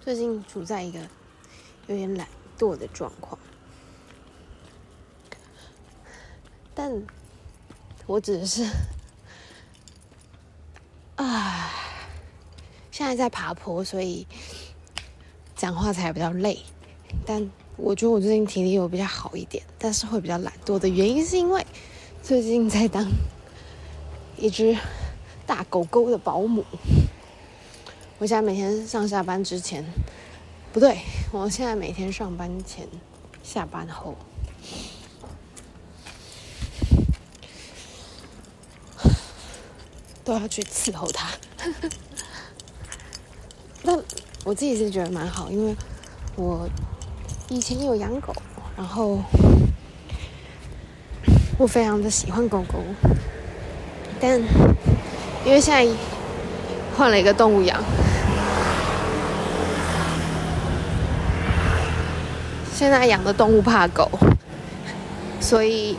最近处在一个有点懒惰的状况，但我只是现在在爬坡，所以讲话才比较累。但我觉得我最近体力有比较好一点，但是会比较懒惰的原因是因为最近在当一只大狗狗的保姆。我现在每天上下班之前，不对，我现在每天上班前、下班后，都要去伺候它。但我自己是觉得蛮好，因为我以前有养狗，然后我非常的喜欢狗狗，但因为现在换了一个动物养，现在养的动物怕狗，所以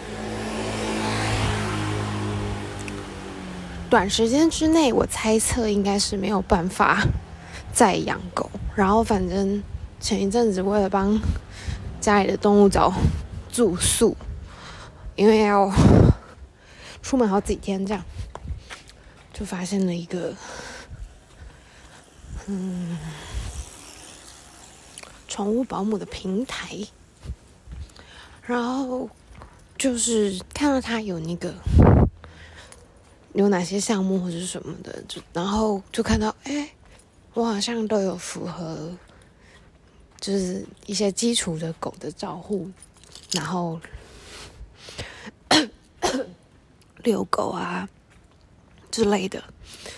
短时间之内我猜测应该是没有办法再养狗。然后反正前一阵子为了帮家里的动物找住宿，因为要出门好几天这样，就发现了一个宠物保姆的平台，然后就是看到它有那个有哪些项目或者是什么的，然后就看到我好像都有符合就是一些基础的狗的照护，然后遛狗啊之类的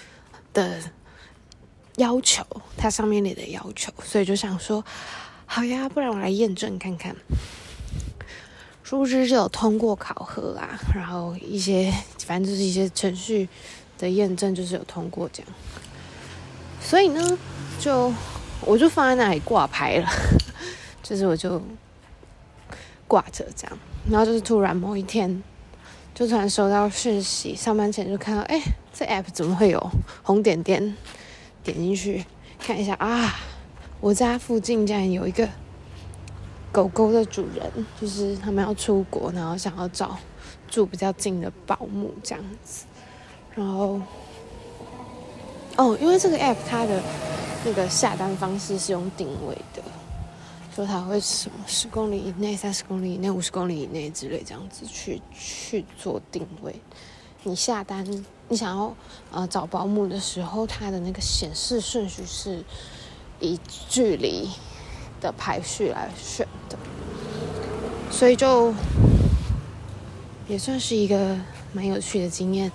要求，它上面列的要求，所以就想说好呀，不然我来验证看看。殊不知就有通过考核啊，然后一些反正就是一些程序的验证，就是有通过这样。所以呢，我就放在那里挂牌了，就是我就挂着这样。然后就是突然某一天，就突然收到讯息，上班前就看到，这 app 怎么会有红点点？点进去看一下啊，我家附近竟然有一个狗狗的主人，就是他们要出国，然后想要找住比较近的保姆这样子。然后因为这个 app 它的那个下单方式是用定位的，说它会什么10公里以内、30公里以内、50公里以内之类这样子去做定位。你下单，你想要找保姆的时候，它的那个显示顺序是以距离的排序来选的，所以就也算是一个蛮有趣的经验。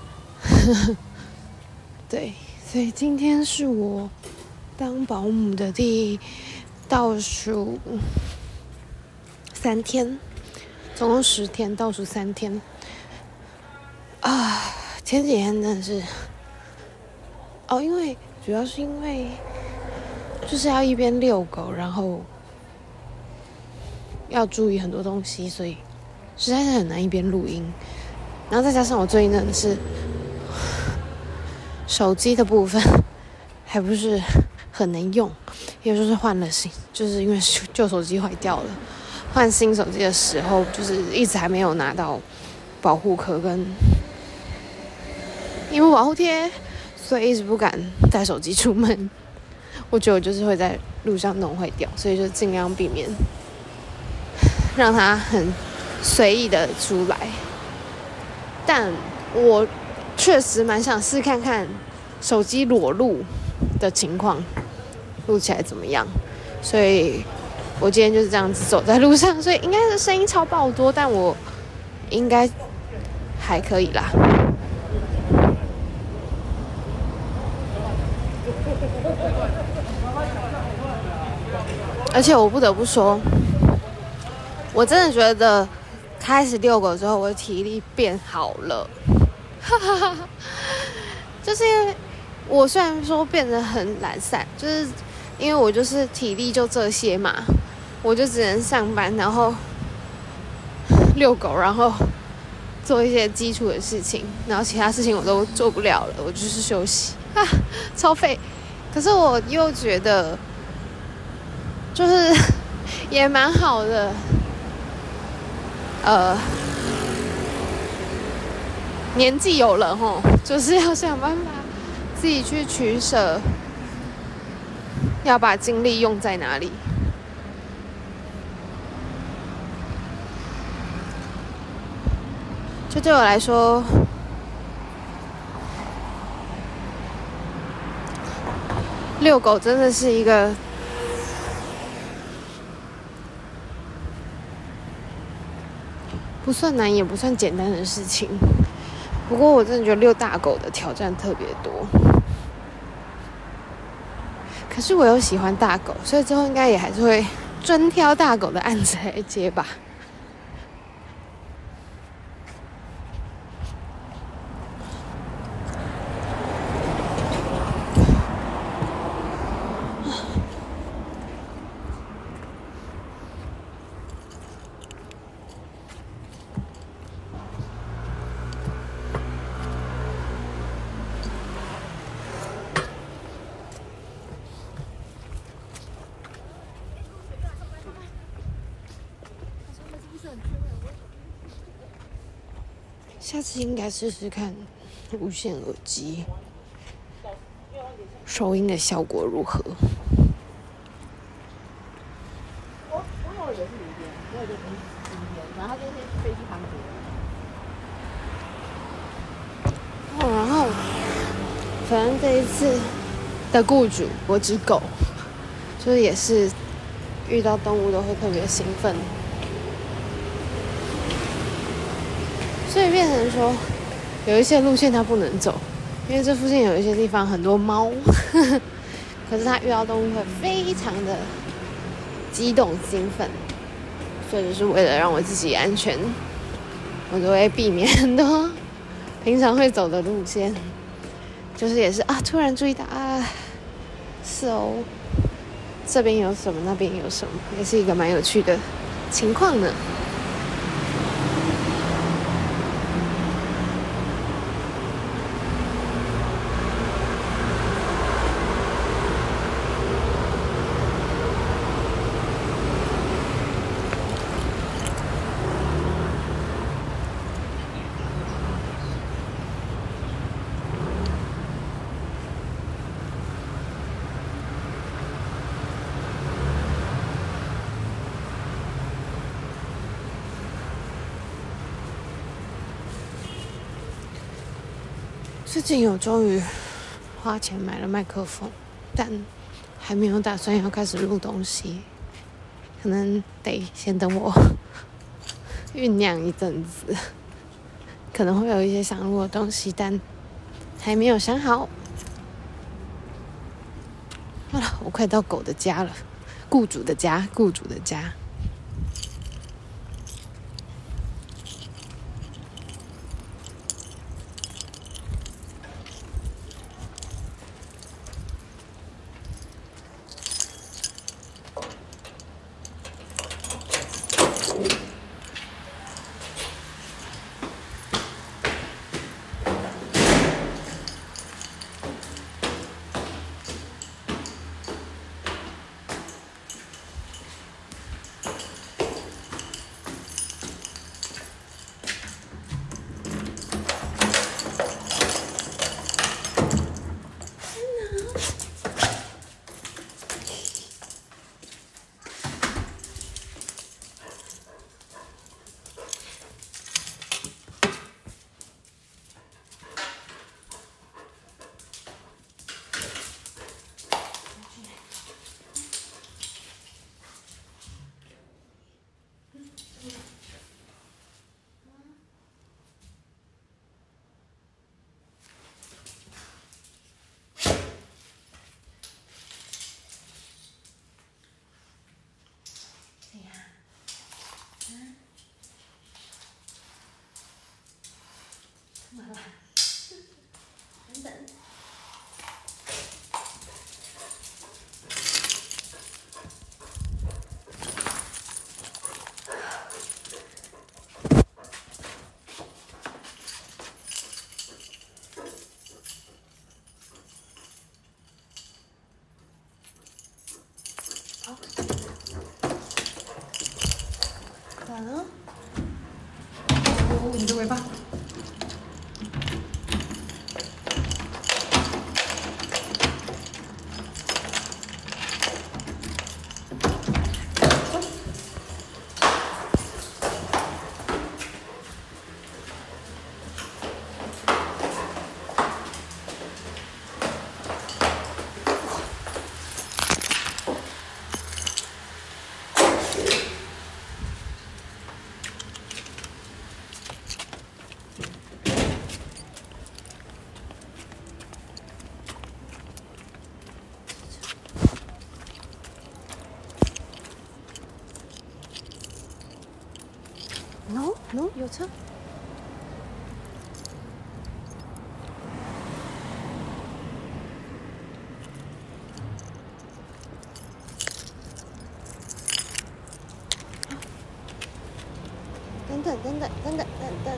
对，所以今天是我当保姆的倒数3天，总共10天，倒数3天前几天真的是主要是因为就是要一边遛狗，然后要注意很多东西，所以实在是很难一边录音。然后再加上我最近真的是手机的部分还不是很能用，因为就是换了就是因为旧手机坏掉了，换新手机的时候就是一直还没有拿到保护壳跟荧幕保护贴，所以一直不敢带手机出门。我觉得我就是会在路上弄坏掉，所以就尽量避免让它很随意的出来。但我确实蛮想试看看手机裸录的情况录起来怎么样，所以我今天就是这样子走在路上，所以应该是声音超爆多，但我应该还可以啦。而且我不得不说，我真的觉得开始遛狗之后，我的体力变好了。就是因为我虽然说变得很懒散，就是因为我就是体力就这些嘛，我就只能上班，然后遛狗，然后做一些基础的事情，然后其他事情我都做不了了，我就是休息超废。 可是我又觉得，就是也蛮好的。年纪有了齁，就是要想办法自己去取舍，要把精力用在哪里。就对我来说，遛狗真的是一个不算难也不算简单的事情。不过我真的觉得遛大狗的挑战特别多。可是我又喜欢大狗，所以之后应该也还是会专挑大狗的案子来接吧。下次应该试试看无线耳机收音的效果如何。 我有也是零点，我有一个零点，然后就是飞机旁边。 然后反正这一次的雇主我只狗，就是也是遇到动物都会特别兴奋。所以变成说，有一些路线他不能走，因为这附近有一些地方很多猫，可是他遇到动物会非常的激动兴奋，所以就是为了让我自己安全，我就会避免很多平常会走的路线，就是也是突然注意到是哦，这边有什么，那边有什么，也是一个蛮有趣的情况呢。最近有终于花钱买了麦克风，但还没有打算要开始录东西，可能得先等我酝酿一阵子，可能会有一些想录的东西，但还没有想好。好了，我快到狗的家了，雇主的家。 吧。No，有车。等等。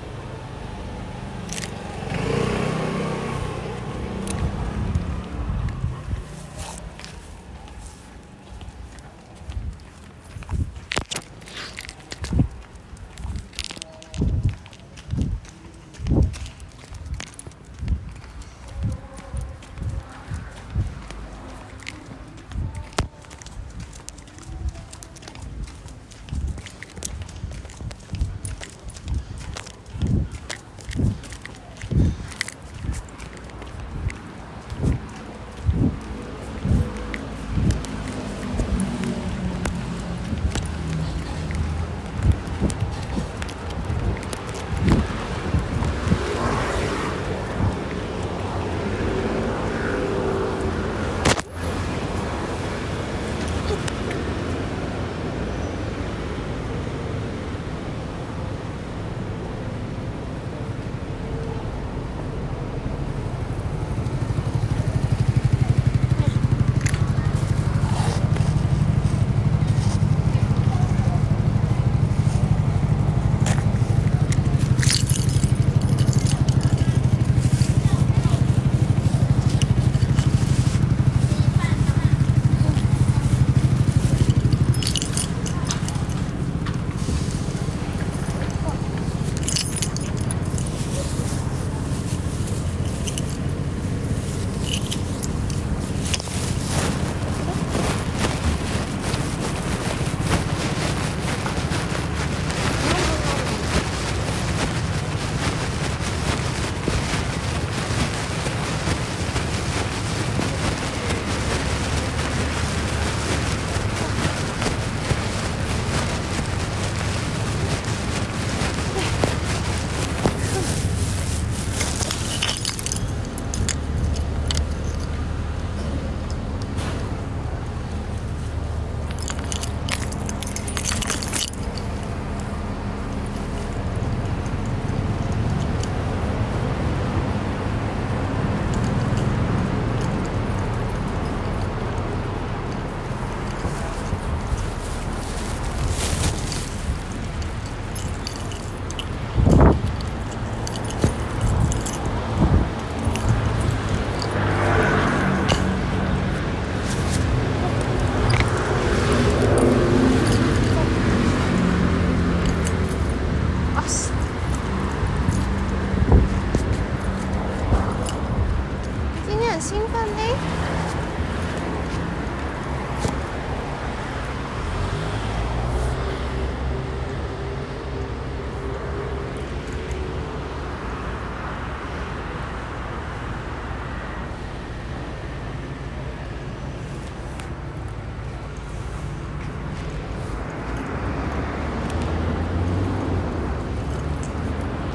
兴奋呢。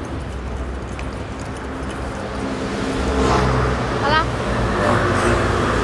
好啦。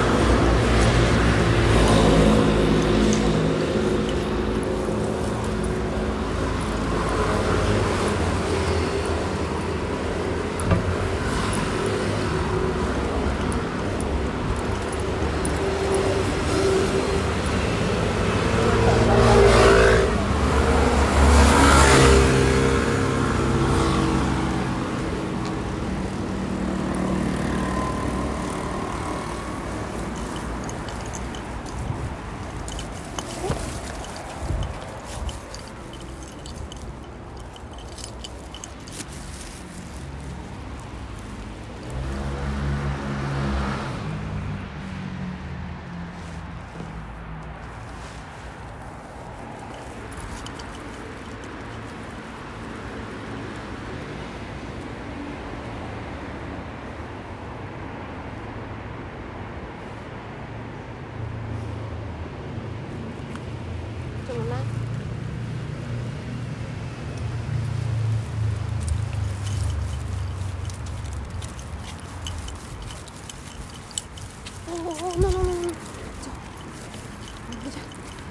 哦，no，走，回家，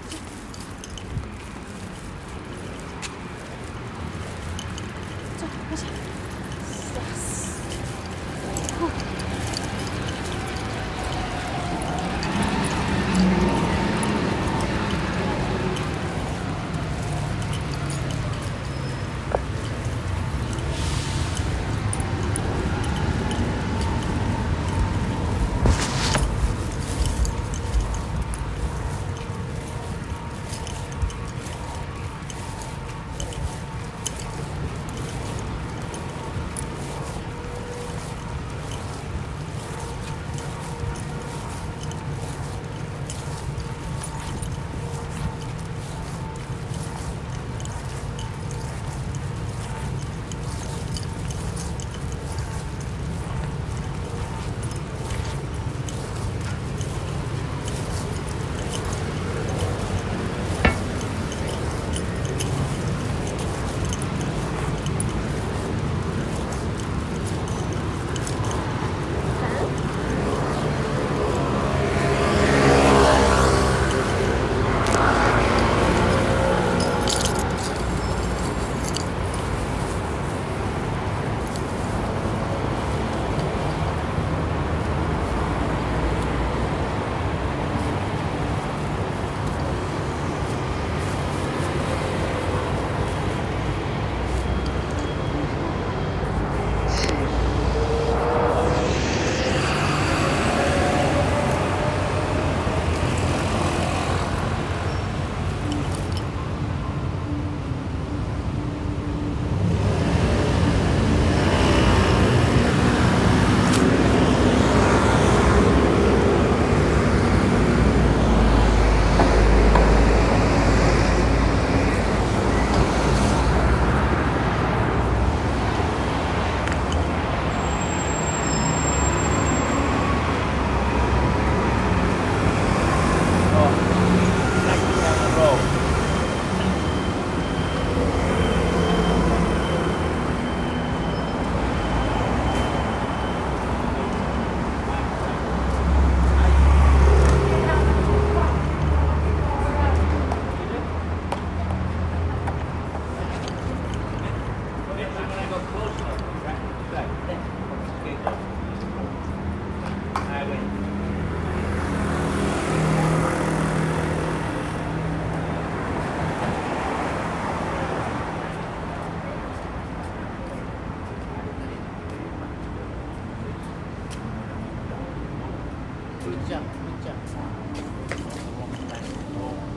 走，回家。Yes。 这样。